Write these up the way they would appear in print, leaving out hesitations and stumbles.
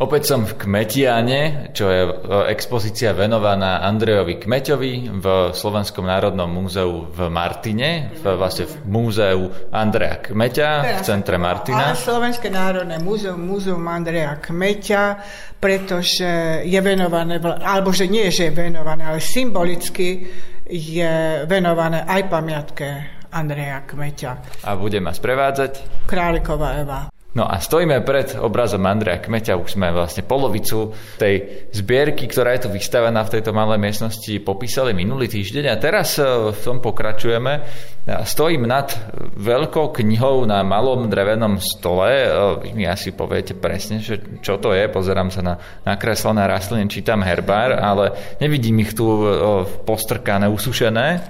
Opäť som v Kmetiane, čo je expozícia venovaná Andrejovi Kmeťovi v Slovenskom národnom múzeu v Martine, vlastne v múzeu Andreja Kmeťa v centre Martina. Ale Slovenské národné múzeum Andreja Kmeťa, pretože je venované, alebo že nie, že je venované, ale symbolicky je venované aj pamiatke Andreja Kmeťa. A bude ma sprevádzať Králiková Eva. No a stojíme pred obrazom Andreja Kmeťa, už sme vlastne polovicu tej zbierky, ktorá je tu vystavená v tejto malej miestnosti, popísali minulý týždeň a teraz v tom pokračujeme. Stojím nad veľkou knihou na malom drevenom stole. Vy mi asi poviete presne, čo to je. Pozerám sa na nakreslené rastliny, čítam herbár, ale nevidím ich tu postrkané, usušené.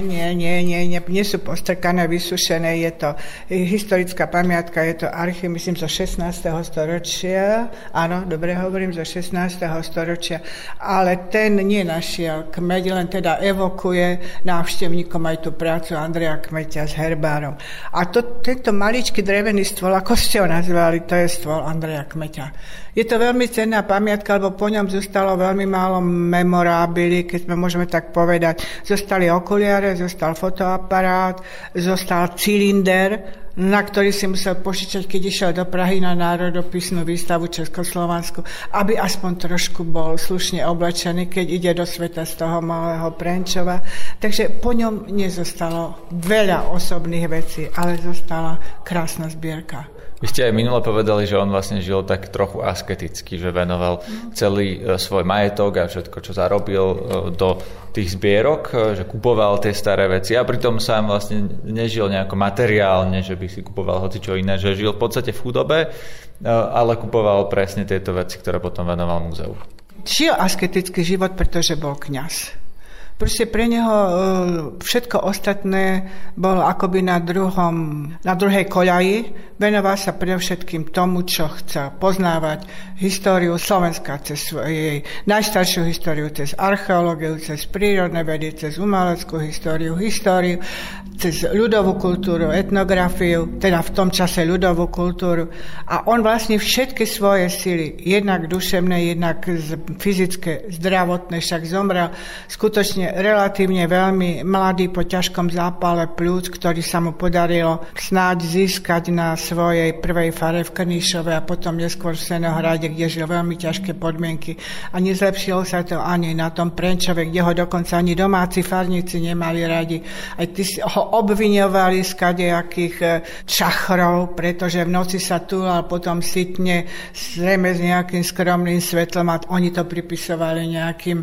Nie sú postrkané, vysušené. Je to historická pamiatka, je to archív, myslím, zo 16. storočia. Áno, dobre hovorím, zo 16. storočia. Ale ten nenašiel Kmeť, len teda evokuje návštevníkom aj tú prácu Andreja Kmeťa s herbárom. A tento maličký drevený stôl, ako ste ho nazvali, to je stôl Andreja Kmeťa. Je to veľmi cenná pamiatka, lebo po ňom zostalo veľmi málo memorábily, keď sme môžeme tak povedať. Zostali okuliare, zostal fotoaparát, zostal cylinder, na ktorý si musel požičať, keď išiel do Prahy na národopisnú výstavu Československu, aby aspoň trošku bol slušne oblečený, keď ide do sveta z toho malého Prenčova. Takže po ňom nezostalo veľa osobných vecí, ale zostala krásna zbierka. Vy ste aj minule povedali, že on vlastne žil tak trochu asketicky, že venoval celý svoj majetok a všetko, čo zarobil do tých zbierok, že kupoval tie staré veci a pritom sám vlastne nežil nejako materiálne, že by si kupoval hocičo iné, že žil v podstate v chudobe, ale kupoval presne tieto veci, ktoré potom venoval múzeu. Žil asketický život, pretože bol kňaz. Proste pre neho všetko ostatné bolo akoby na druhej koľaji. Venoval sa predovšetkým tomu, čo chcel poznávať históriu Slovenska cez jej najstaršiu históriu, cez archeológiu, cez prírodné vedy, cez umeleckú históriu, cez ľudovú kultúru, etnografiu, teda v tom čase ľudovú kultúru. A on vlastne všetky svoje sily, jednak duševné, jednak fyzické, zdravotné, však zomrel skutočne relatívne veľmi mladý po ťažkom zápale pľúc, ktorý sa mu podarilo snáď získať na svojej prvej fare v Krnišove a potom neskôr v Senohrade, kde žil veľmi ťažké podmienky. A nezlepšilo sa to ani na tom Prenčove, kde ho dokonca ani domáci farníci nemali radi. Aj tí ho obviňovali z kadejakých čachrov, pretože v noci sa túlal potom sytne, zrejme s nejakým skromným svetlom a oni to pripisovali nejakým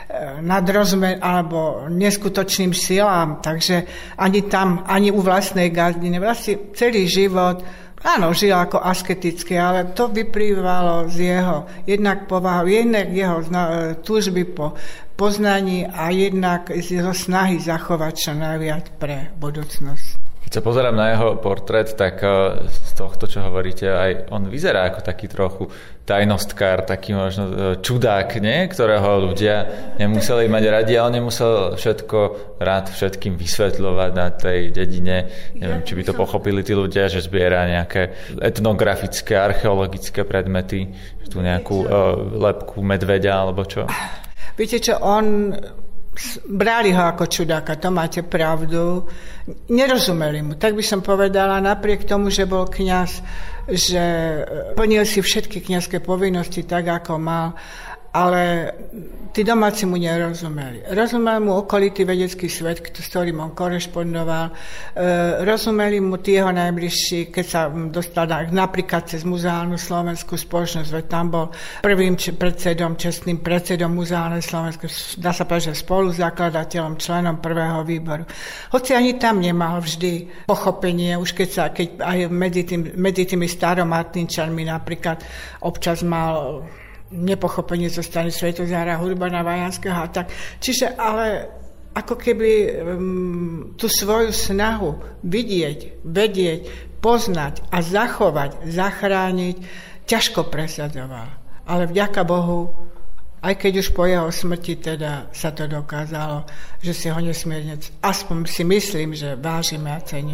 alebo neskutočným silám, takže ani tam, ani u vlastnej gazdine. Vlastne celý život, áno, žil ako asketicky, ale to vyplývalo z jeho jednak povahu, jednak jeho túžby po poznaní a jednak z jeho snahy zachovať čo najviac pre budúcnosť. Keď sa pozerám na jeho portrét, tak z tohto, čo hovoríte, aj on vyzerá ako taký trochu tajnostkár, taký možno čudák, nie? Ktorého ľudia nemuseli mať radi a on nemusel všetko rád všetkým vysvetľovať na tej dedine. Neviem, či by to pochopili tí ľudia, že zbiera nejaké etnografické, archeologické predmety, tu nejakú lebku medveďa alebo čo. Viete čo, on... Brali ho ako čudáka, to máte pravdu. Nerozumeli mu, tak by som povedala, napriek tomu, že bol kňaz, že plnil si všetky kňazské povinnosti tak, ako mal, ale tí domáci mu nerozumeli. Rozumel mu okolitý vedecký svet, s ktorým on korešpondoval. Rozumeli mu tí jeho najbližší, keď sa dostal napríklad cez muzeálnu slovenskú spoločnosť, veď tam bol prvým čestným predsedom muzeálnej slovenskej, dá sa povedať, že spoluzakladateľom, členom prvého výboru. Hoci ani tam nemal vždy pochopenie, už keď aj medzi tými staromartinčanmi napríklad občas mal nepochopenie zo strany Svätozára Urbana Vajanského a tak. Čiže ale ako keby tú svoju snahu vidieť, vedieť, poznať a zachovať, zachrániť, ťažko presadzoval. Ale vďaka Bohu, aj keď už po jeho smrti teda sa to dokázalo, že si ho nesmierne, aspoň si myslím, že vážime a ceníme.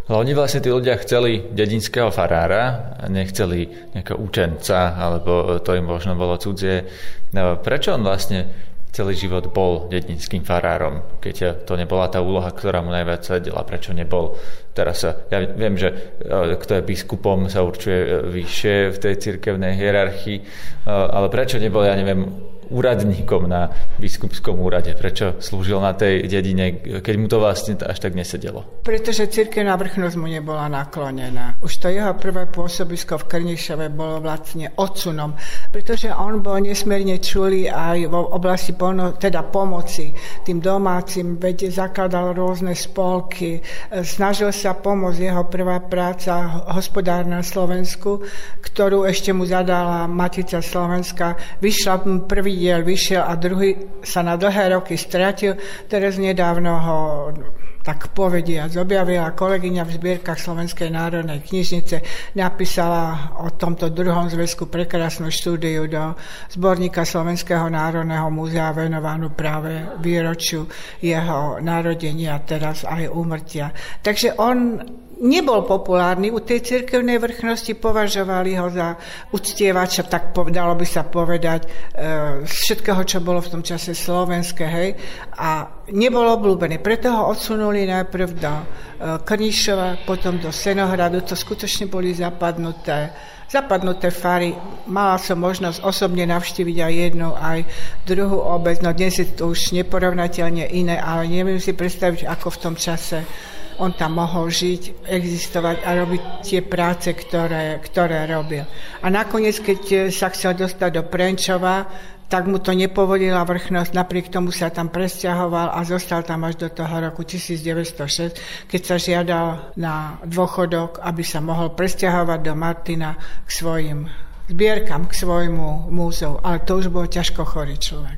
Ale oni vlastne tí ľudia chceli dedinského farára, nechceli nejakého učenca, alebo to im možno bolo cudzie. Prečo on vlastne celý život bol dedinským farárom, keď to nebola tá úloha, ktorá mu najviac sedela? Prečo nebol teraz? Ja viem, že kto je biskupom, sa určuje vyššie v tej cirkevnej hierarchii, ale prečo nebol, ja neviem, úradníkom na biskupskom úrade? Prečo slúžil na tej dedine, keď mu to vlastne až tak nesedelo? Pretože cirkevná vrchnosť mu nebola naklonená. Už to jeho prvé pôsobisko v Krnišove bolo vlastne odsunom, pretože on bol nesmierne čulý aj v oblasti pomoci tým domácim, veď zakladal rôzne spolky, snažil sa pomôcť. Jeho prvá práca Hospodár na Slovensku, ktorú ešte mu zadala Matica Slovenska, vyšla prvý diel vyšiel a druhý sa na dlhé roky stratil. Teraz nedávno ho, tak povediac, objavila kolegyňa v zbierkach Slovenskej národnej knižnice, napísala o tomto druhom zväzku prekrásnu štúdiu do zborníka Slovenského národného múzea venovanú práve výročiu jeho narodenia, teraz aj úmrtia. Takže on nebol populárny. U tej cirkevnej vrchnosti považovali ho za uctievača, tak dalo by sa povedať, z všetkého, čo bolo v tom čase slovenské, hej. A nebol obľúbený. Preto ho odsunuli najprv do Krnišova, potom do Senohradu. To skutočne boli zapadnuté fary. Mala som možnosť osobne navštíviť aj jednu, aj druhú obec. No dnes je to už neporovnateľne iné, ale neviem si predstaviť, ako v tom čase on tam mohol žiť, existovať a robiť tie práce, ktoré robil. A nakoniec, keď sa chcel dostať do Prenčova, tak mu to nepovolila vrchnosť, napriek tomu sa tam presťahoval a zostal tam až do toho roku 1906, keď sa žiadal na dôchodok, aby sa mohol presťahovať do Martina k svojim zbierkam, k svojmu múzeu. Ale to už bol ťažko chorý človek.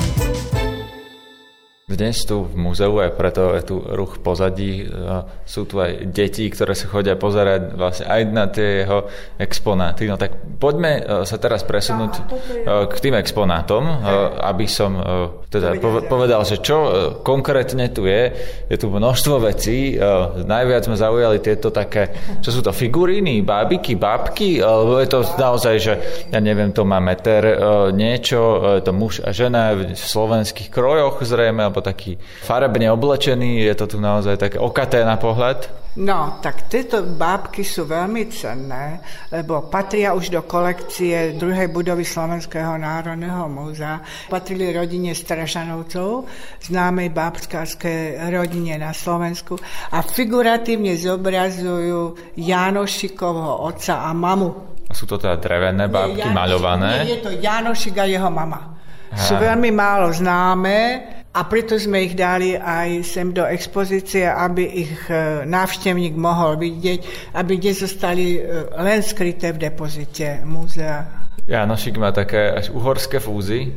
Dnes tu v múzeu, aj preto je tu ruch pozadí, sú tu aj deti, ktoré sa chodia pozerať vlastne aj na tie jeho exponáty. No tak poďme sa teraz presunúť k tým exponátom, aby som teda povedal, že čo konkrétne tu je. Je tu množstvo vecí. Najviac ma zaujali tieto také, čo sú to figuríny, bábiky, bábky, alebo je to naozaj, že ja neviem, to má meter niečo, je to muž a žena v slovenských krojoch zrejme, alebo taký farebne oblečený, je to tu naozaj také okaté na pohľad? No, tak tieto bábky sú veľmi cenné, lebo patria už do kolekcie druhej budovy Slovenského národného múzea. Patrili rodine Stražanovcov, známej bábskárskej rodine na Slovensku a figuratívne zobrazujú Jánošikovho otca a mamu. A sú to teda drevené bábky, maľované? Nie, je to Jánošik a jeho mama. Sú veľmi málo známe a preto sme ich dali aj sem do expozície, aby ich návštevník mohol vidieť, aby nezostali len skryté v depozite múzea. Jánošik má také až uhorské fúzy.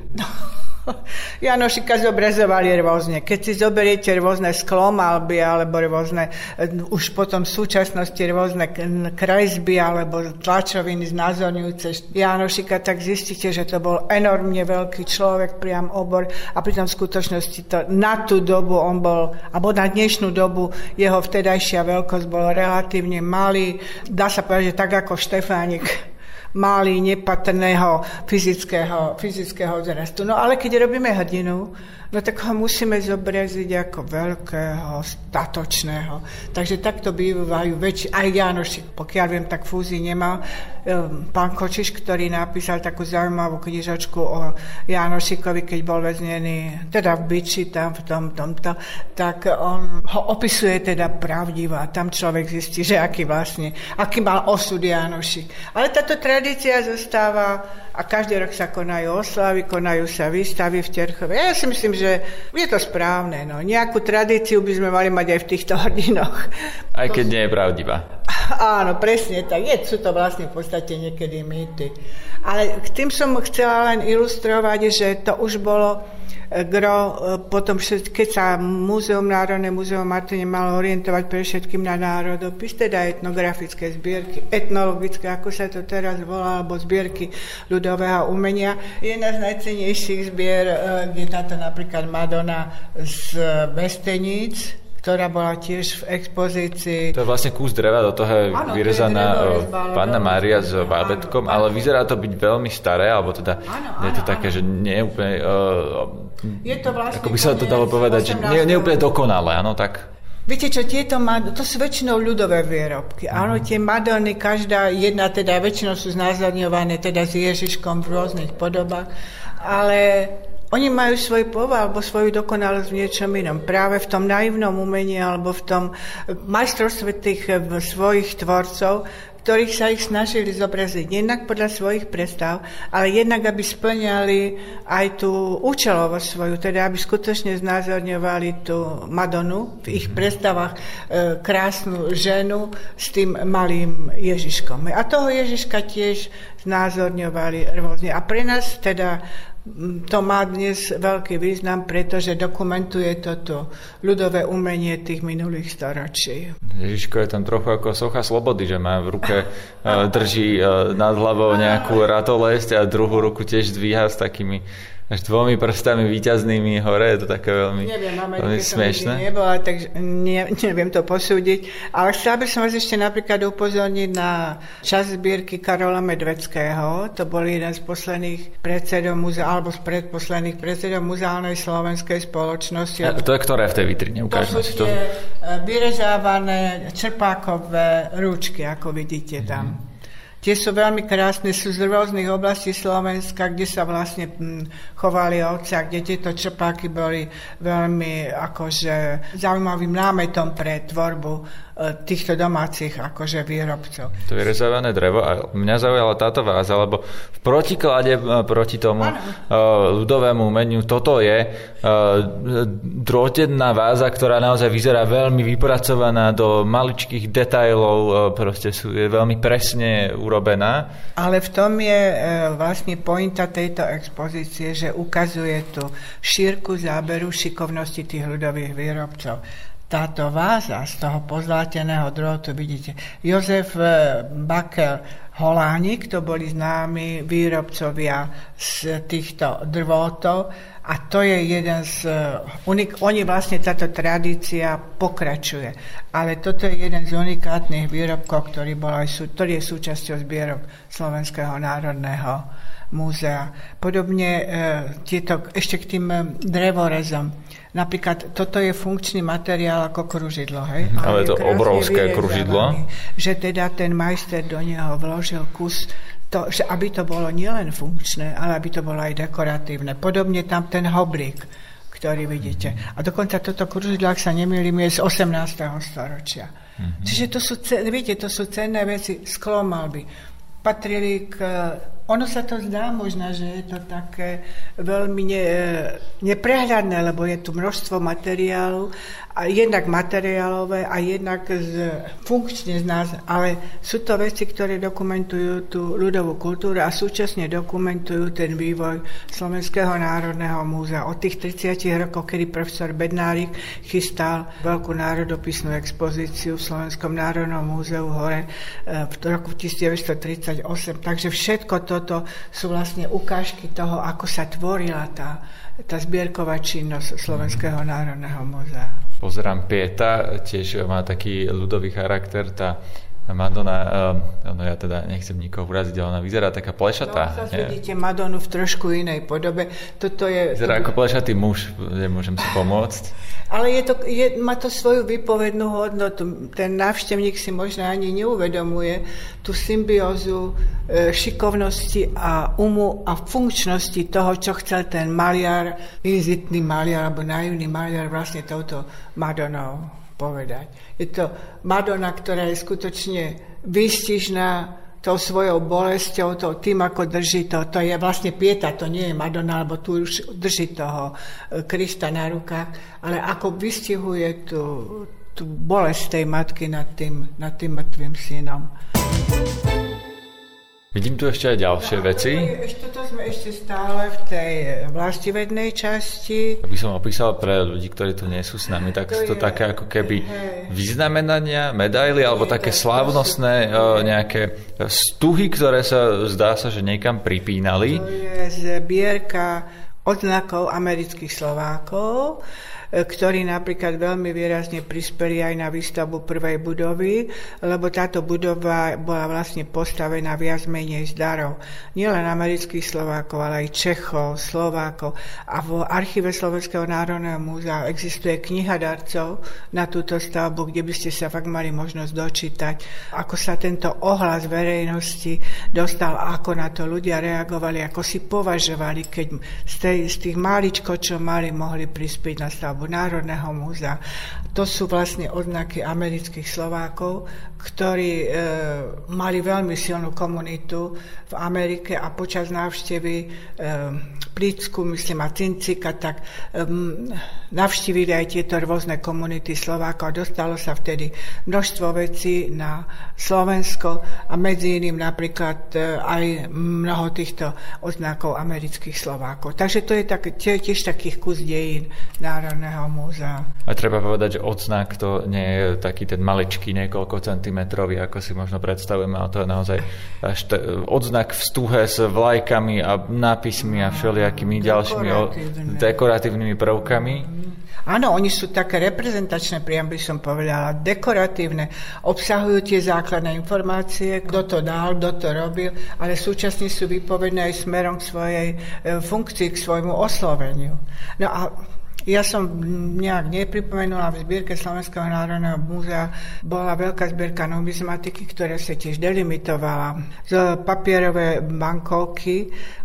Jánošika zobrazovali rôzne. Keď si zoberiete rôzne sklomalby alebo rôzne, už potom v súčasnosti rôzne kresby alebo tlačoviny znázorňujúce Jánošika, tak zistíte, že to bol enormne veľký človek, priam obor, a pritom v skutočnosti to na tú dobu on bol, alebo na dnešnú dobu jeho vtedajšia veľkosť bol relatívne malý. Dá sa povedať, že tak ako Štefánik, malý, nepatrného fyzického vzrastu. No ale keď robíme hrdinu, no tak ho musíme zobraziť ako veľkého, statočného. Takže takto bývajú aj Jánošik, pokiaľ viem, tak fúzi nemal. Pán Kočiš, ktorý napísal takú zaujímavú knižočku o Jánošikovi, keď bol väznený teda v Byči, tam v tomto, tak on ho opisuje teda pravdivo a tam človek zistí, že aký mal osud Jánošik. Ale táto tradícia zostáva a každý rok sa konajú oslavy, konajú sa výstavy v Terchove. Ja si myslím, že je to správne. No. Nejakú tradíciu by sme mali mať aj v týchto hrdinoch. Aj keď nie je pravdivá. Áno, presne tak. Sú to vlastne v podstate niekedy mýty. Ale k tým som chcela len ilustrovať, že to už bolo potom, keď sa Národné múzeum Martine malo orientovať pre všetkým na národopis, teda etnografické zbierky, etnologické, ako sa to teraz volá, alebo zbierky ľudového umenia. Jedna z najcennejších zbier je táto napríklad Madonna z Vesteníc, ktorá bola tiež v expozícii. To je vlastne kus dreva, do toho je vyrezaná Panna Mária s bábätkom, ale vyzerá to byť veľmi staré, alebo teda je to také, že nie je úplne... je to vlastne... Ako by sa to dalo povedať, že nie je úplne dokonalé, áno, tak... Viete čo, to sú väčšinou ľudové výrobky. Áno, tie Madony, každá jedna, teda väčšinou sú znázorňované teda s Ježiškom v rôznych podobách, ale... Oni majú svoj povahu alebo svoju dokonalosť v niečom inom. Práve v tom naivnom umení alebo v tom majstrovstve tých svojich tvorcov, ktorých sa ich snažili zobraziť jednak podľa svojich predstav, ale jednak, aby splňali aj tú účelovosť svoju, teda aby skutočne znázorňovali tú Madonu v ich predstavách, krásnu ženu s tým malým Ježiškom. A toho Ježiška tiež znázorňovali rôzne. A pre nás teda to má dnes veľký význam, pretože dokumentuje toto ľudové umenie tých minulých storočí. Ježiško je tam trochu ako socha slobody, že má v ruke, drží nad hlavou nejakú ratolesť a druhú ruku tiež zdvíha s takými až 2 prstami víťaznými hore, je to také veľmi, veľmi smiešné. Nebola, takže neviem to posúdiť, ale chcela by som vás ešte napríklad upozorniť na časť zbierky Karola Medveckého, to bol jeden z posledných predsedov alebo z predposledných predsedov Muzeálnej slovenskej spoločnosti. A to je ktoré v tej vitrine? Ukážme si to. Vyrezávané črpákové ručky, ako vidíte tam. Tie sú veľmi krásne, sú z rôznych oblastí Slovenska, kde sa vlastne chovali ovce a kde tieto črpáky boli veľmi akože zaujímavým námetom pre tvorbu týchto domácich akože výrobcov. To vyrezávané drevo a mňa zaujala táto váza, lebo v protiklade proti tomu ľudovému umeniu toto je drôtená váza, ktorá naozaj vyzerá veľmi vypracovaná do maličkých detailov, proste je veľmi presne urobená. Ale v tom je vlastne pointa tejto expozície, že ukazuje tú šírku záberu šikovnosti tých ľudových výrobcov. Táto váza z toho pozláteného drôtu, vidíte, Jozef Bakel Holánik, to boli známi výrobcovia z týchto drôtov a to je jeden z... Oni vlastne táto tradícia pokračuje, ale toto je jeden z unikátnych výrobkov, ktorý je súčasťou zbierok Slovenského národného múzea. Podobne ešte k tým drevorezom. Napríklad toto je funkčný materiál ako kružidlo, hej? Ale je to obrovské kružidlo. Že teda ten majster do neho vložil kus, že aby to bolo nielen funkčné, ale aby to bolo aj dekoratívne. Podobne tam ten hoblík, ktorý vidíte. A dokonca toto kružidlo, ak sa nemýlim, je z 18. storočia. Čiže to sú cenné veci, sklomalby. Patrili k... Ono sa to zdá možno, že je to také veľmi neprehľadné, lebo je tu množstvo materiálu, a jednak materiálové a jednak funkčne z nás, ale sú to veci, ktoré dokumentujú tú ľudovú kultúru a súčasne dokumentujú ten vývoj Slovenského národného múzea. Od tých 30 rokov, kedy profesor Bednárik chystal veľkú národopisnú expozíciu v Slovenskom národnom múzeu hore v roku 1938. Takže všetko toto sú vlastne ukážky toho, ako sa tvorila tá zbierková činnosť Slovenského národného múzea. Pozerám, Pieta tiež má taký ľudový charakter, tá Madonna, ja teda nechcem nikoho uraziť, ale ona vyzerá taká plešatá. No, vidíte Madonu v trošku inej podobe. Vyzerá ako plešatý muž, nemôžem si pomôcť. Ale má to svoju výpovednú hodnotu. Ten návštevník si možno ani neuvedomuje tú symbiózu šikovnosti a umu a funkčnosti toho, čo chcel ten maliar, inzitný maliar alebo naivný maliar vlastne touto Madonou povedať. Je to Madonna, ktorá je skutočne výstižná tou svojou bolesťou, tým, ako drží to. To je vlastne Pieta, to nie je Madonna, lebo tu už drží toho Krista na rukách, ale ako vystihuje tú bolesť tej matky nad tým mŕtvým synom. Vidím tu ešte aj ďalšie veci. Toto sme ešte stále v tej vlastivednej časti. Aby som opísal pre ľudí, ktorí tu nie sú s nami, tak sú to také ako keby vyznamenania, medaily, alebo také slávnostné nejaké stuhy, ktoré sa zdá sa, že niekam pripínali. To je zbierka odznakov amerických Slovákov. ktorí napríklad veľmi výrazne prispeli aj na výstavbu prvej budovy, lebo táto budova bola vlastne postavená viac menej z darov. Nielen amerických Slovákov, ale aj Čechov, Slovákov. A v archíve Slovenského národného múzea existuje kniha darcov na túto stavbu, kde by ste sa fakt mali možnosť dočítať, ako sa tento ohlas verejnosti dostal, ako na to ľudia reagovali, ako si považovali, keď z tých máličko, čo mali, mohli prispieť na stavbu Národného múzea. To sú vlastne odznaky amerických Slovákov, ktorí mali veľmi silnú komunitu v Amerike a počas návštevy Plícku, myslím, a Cincika, tak navštívili aj tieto rôzne komunity Slovákov a dostalo sa vtedy množstvo vecí na Slovensko a medzi iným napríklad aj mnoho týchto odznakov amerických Slovákov. Takže to je tiež takých kus dejín Národného múzea. A treba povedať, že odznak to nie je taký ten maličký, niekoľko centimetrový, ako si možno predstavujeme, ale to je naozaj odznak v stuhe s vlajkami a nápismi a všelijakými ďalšími dekoratívnymi prvkami. Áno, oni sú také reprezentačné, priam by som povedala, dekoratívne. Obsahujú tie základné informácie, kto to dal, kto to robil, ale súčasne sú vypovedné aj smerom k svojej funkcii, k svojmu osloveniu. No a ja som nejak nepripomenula, v zbierke Slovenského národného múzea bola veľká zbierka numizmatiky, ktorá sa tiež delimitovala z papierové bankovky.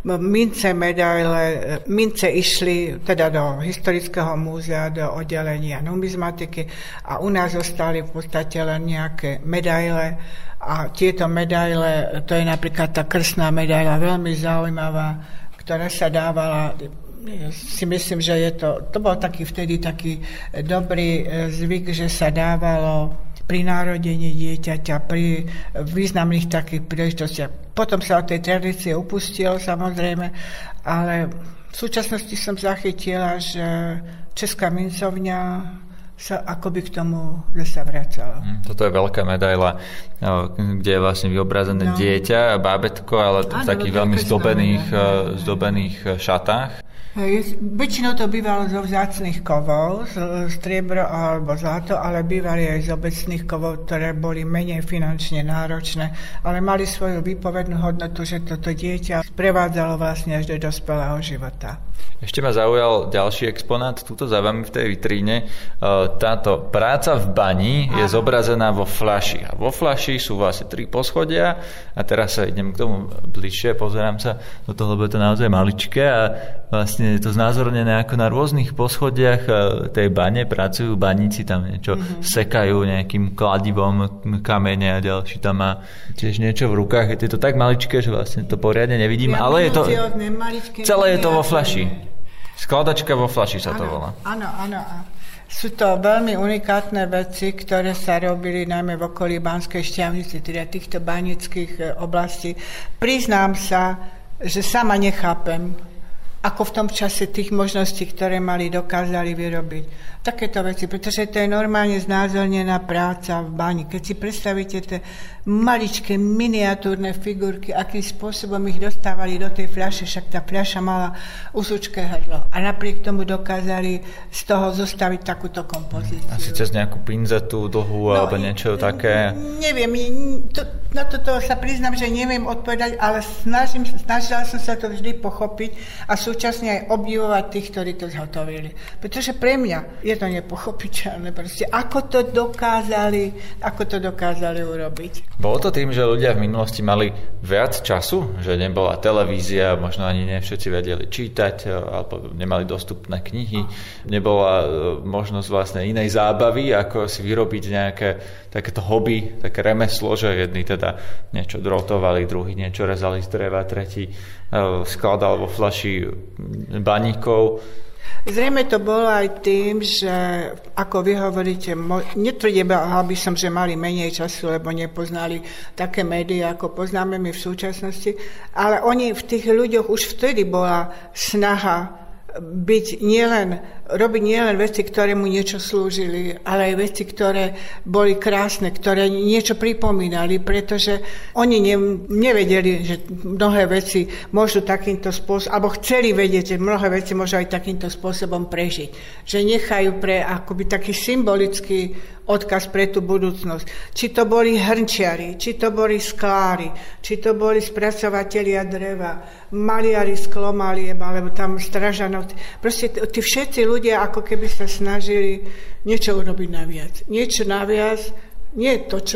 Mince išli teda do historického múzea, do oddelenia numizmatiky a u nás zostali v podstate len nejaké medaile. A tieto medaile, to je napríklad tá krstná medaila, veľmi zaujímavá, ktorá sa dávala. Si myslím, že to bol vtedy taký dobrý zvyk, že sa dávalo pri narodení dieťaťa, pri významných takých príležitostiach. Potom sa od tej tradície upustilo, samozrejme, ale v súčasnosti som zachytila, že Česká mincovňa sa akoby k tomu sa vracala. Toto je veľká medaila, kde je vlastne vyobrazené dieťa a bábätko, ale v takých veľmi zdobených šatách. Väčšinou to bývalo zo vzácnych kovov, striebro alebo zlato, ale bývali aj z obecných kovov, ktoré boli menej finančne náročné, ale mali svoju výpovednú hodnotu, že toto dieťa sprevádzalo vlastne až do dospelého života. Ešte ma zaujal ďalší exponát, tuto za vami v tej vitríne. Táto práca v bani je zobrazená vo fľaši. A vo fľaši sú vlastne 3 poschodia a teraz sa idem k tomu bližšie, pozerám sa do toho, lebo je to naozaj maličké a vlastne je to znázornené ako na rôznych poschodiach tej bane pracujú baníci, tam niečo sekajú nejakým kladivom kamene a ďalší tam má tiež niečo v rukách. Je to tak maličké, že vlastne to poriadne nevidím, ale je to celé je to vo fľaši. Skladačka vo fľaši sa to volá. Áno. Sú to veľmi unikátne veci, ktoré sa robili najmä v okolí Banskej Štiavnice, teda týchto banických oblastí. Priznám sa, že sama nechápem, ako v tom čase tých možností, ktoré mali, dokázali vyrobiť takéto veci, pretože to je normálne znázornená práca v bani. Keď si predstavíte tie maličké miniatúrne figurky, akým spôsobom ich dostávali do tej fľaše, však tá fľaša mala usučké hrdlo. A napriek tomu dokázali z toho zostaviť takúto kompozíciu. Asi cez nejakú pinzetu dlhú alebo niečo také? Neviem, na toto sa priznám, že neviem odpovedať, ale snažila som sa to vždy pochopiť a súčasne aj obdivovať tých, ktorí to zhotovili. Pretože pre mňa je to nepochopiteľné. Proste, ako to dokázali urobiť. Bolo to tým, že ľudia v minulosti mali viac času? Že nebola televízia, možno ani nie všetci vedeli čítať, alebo nemali dostupné knihy. Nebola možnosť vlastne inej zábavy, ako si vyrobiť nejaké takéto hobby, také remeslo, že jedni teda niečo drotovali, druhý niečo rezali z dreva, tretí skladal vo fľaši baníkov. Zrejme to bolo aj tým, že ako vy hovoríte, netvrdila by som, že mali menej času, lebo nepoznali také médiá, ako poznáme my v súčasnosti, ale oni v tých ľuďoch už vtedy bola snaha robiť nielen veci, ktoré mu niečo slúžili, ale aj veci, ktoré boli krásne, ktoré niečo pripomínali, pretože oni nevedeli, že mnohé veci môžu takýmto spôsobom, alebo chceli vedieť, že mnohé veci môžu aj takýmto spôsobom prežiť. Že nechajú pre akoby taký symbolický odkaz pre tú budúcnosť. Či to boli hrnčiari, či to boli sklári, či to boli spracovatelia dreva, maliari sklomalie, alebo tam stražanov. Proste tí všetci ľudia ako keby sa snažili niečo urobiť naviac. Niečo naviac, nie to,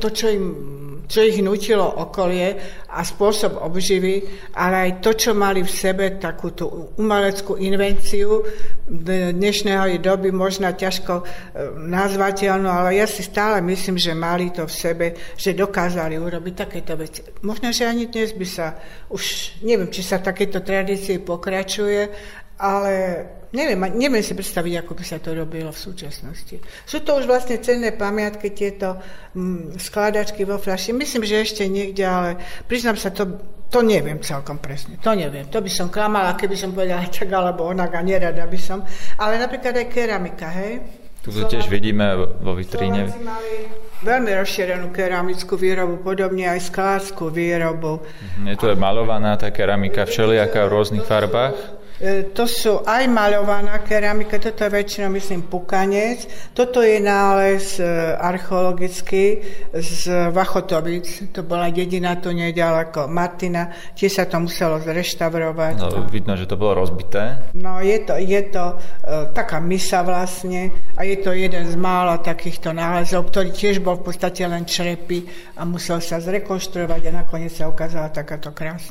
čo ich nutilo okolie a spôsob obživy, ale aj to, čo mali v sebe, takú tú umeleckú invenciu dnešného doby, možno ťažko nazvateľnú, ale ja si stále myslím, že mali to v sebe, že dokázali urobiť takéto veci. Možno, že ani dnes by sa, už neviem, či sa v takéto tradícii pokračuje, ale neviem si predstaviť, ako by sa to robilo v súčasnosti. Sú to už vlastne cenné pamiatky, tieto skladačky vo fľaši. Myslím, že ešte niekde, ale priznám sa, to neviem celkom presne. To neviem. To by som klamala, keby som povedala tak, alebo onak, a nerada by som. Ale napríklad aj keramika, hej? Tu tiež vidíme vo vitríne. Slováci mali veľmi rozšírenú keramickú výrobu, podobne aj sklársku výrobu. Je tu maľovaná tá keramika všelijaká v rôznych farbách. To sú aj maľovaná keramika, toto je väčšinou, myslím, Pukanec. Toto je nález archeologický z Vachotovic. To bola dedina tu nedaleko Martina. Tiež sa to muselo zreštaurovať. No, vidno, že to bolo rozbité. No, je to taká misa vlastne a je to jeden z mála takýchto nálezov, ktorý tiež bol v podstate len črepy a musel sa zrekonštruovať a nakoniec sa ukázala takáto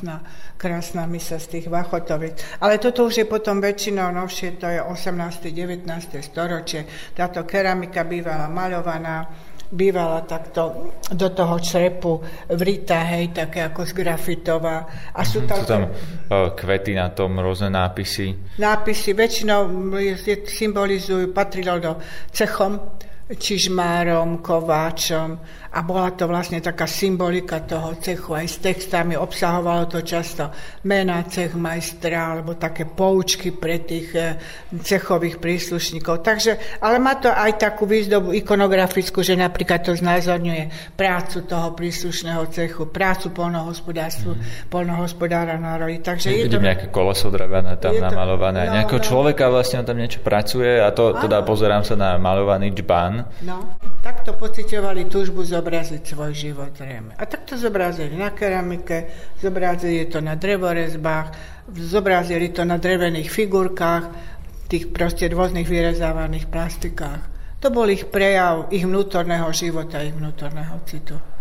krásna misa z tých Vachotovic. Ale toto už je potom väčšinou novšie, to je 18. 19. storočie. Táto keramika bývala maľovaná, bývala takto do toho črepu vrita, hej, také ako zgrafitová. A sú tam kvety na tom, rôzne nápisy. Nápisy väčšinou symbolizujú, patrilo do cechom, čižmárom, kováčom a bola to vlastne taká symbolika toho cechu aj s textami, obsahovalo to často mená cechmajstra alebo také poučky pre tých cechových príslušníkov. Takže, ale má to aj takú výzdobu ikonografickú, že napríklad to znázorňuje prácu toho príslušného cechu, prácu poľnohospodára na roli. Takže vidím nejaké koleso drevené tam namalované, nejakého človeka vlastne tam niečo pracuje a to teda pozerám sa na malovaný džbán. No, takto pociťovali túžbu zobraziť svoj život zrejme. A takto zobrazili na keramike, zobrazili to na drevorezbách, zobrazili to na drevených figurkách, tých proste rôznych vyrezávaných plastikách. To bol ich prejav ich vnútorného života, ich vnútorného citu.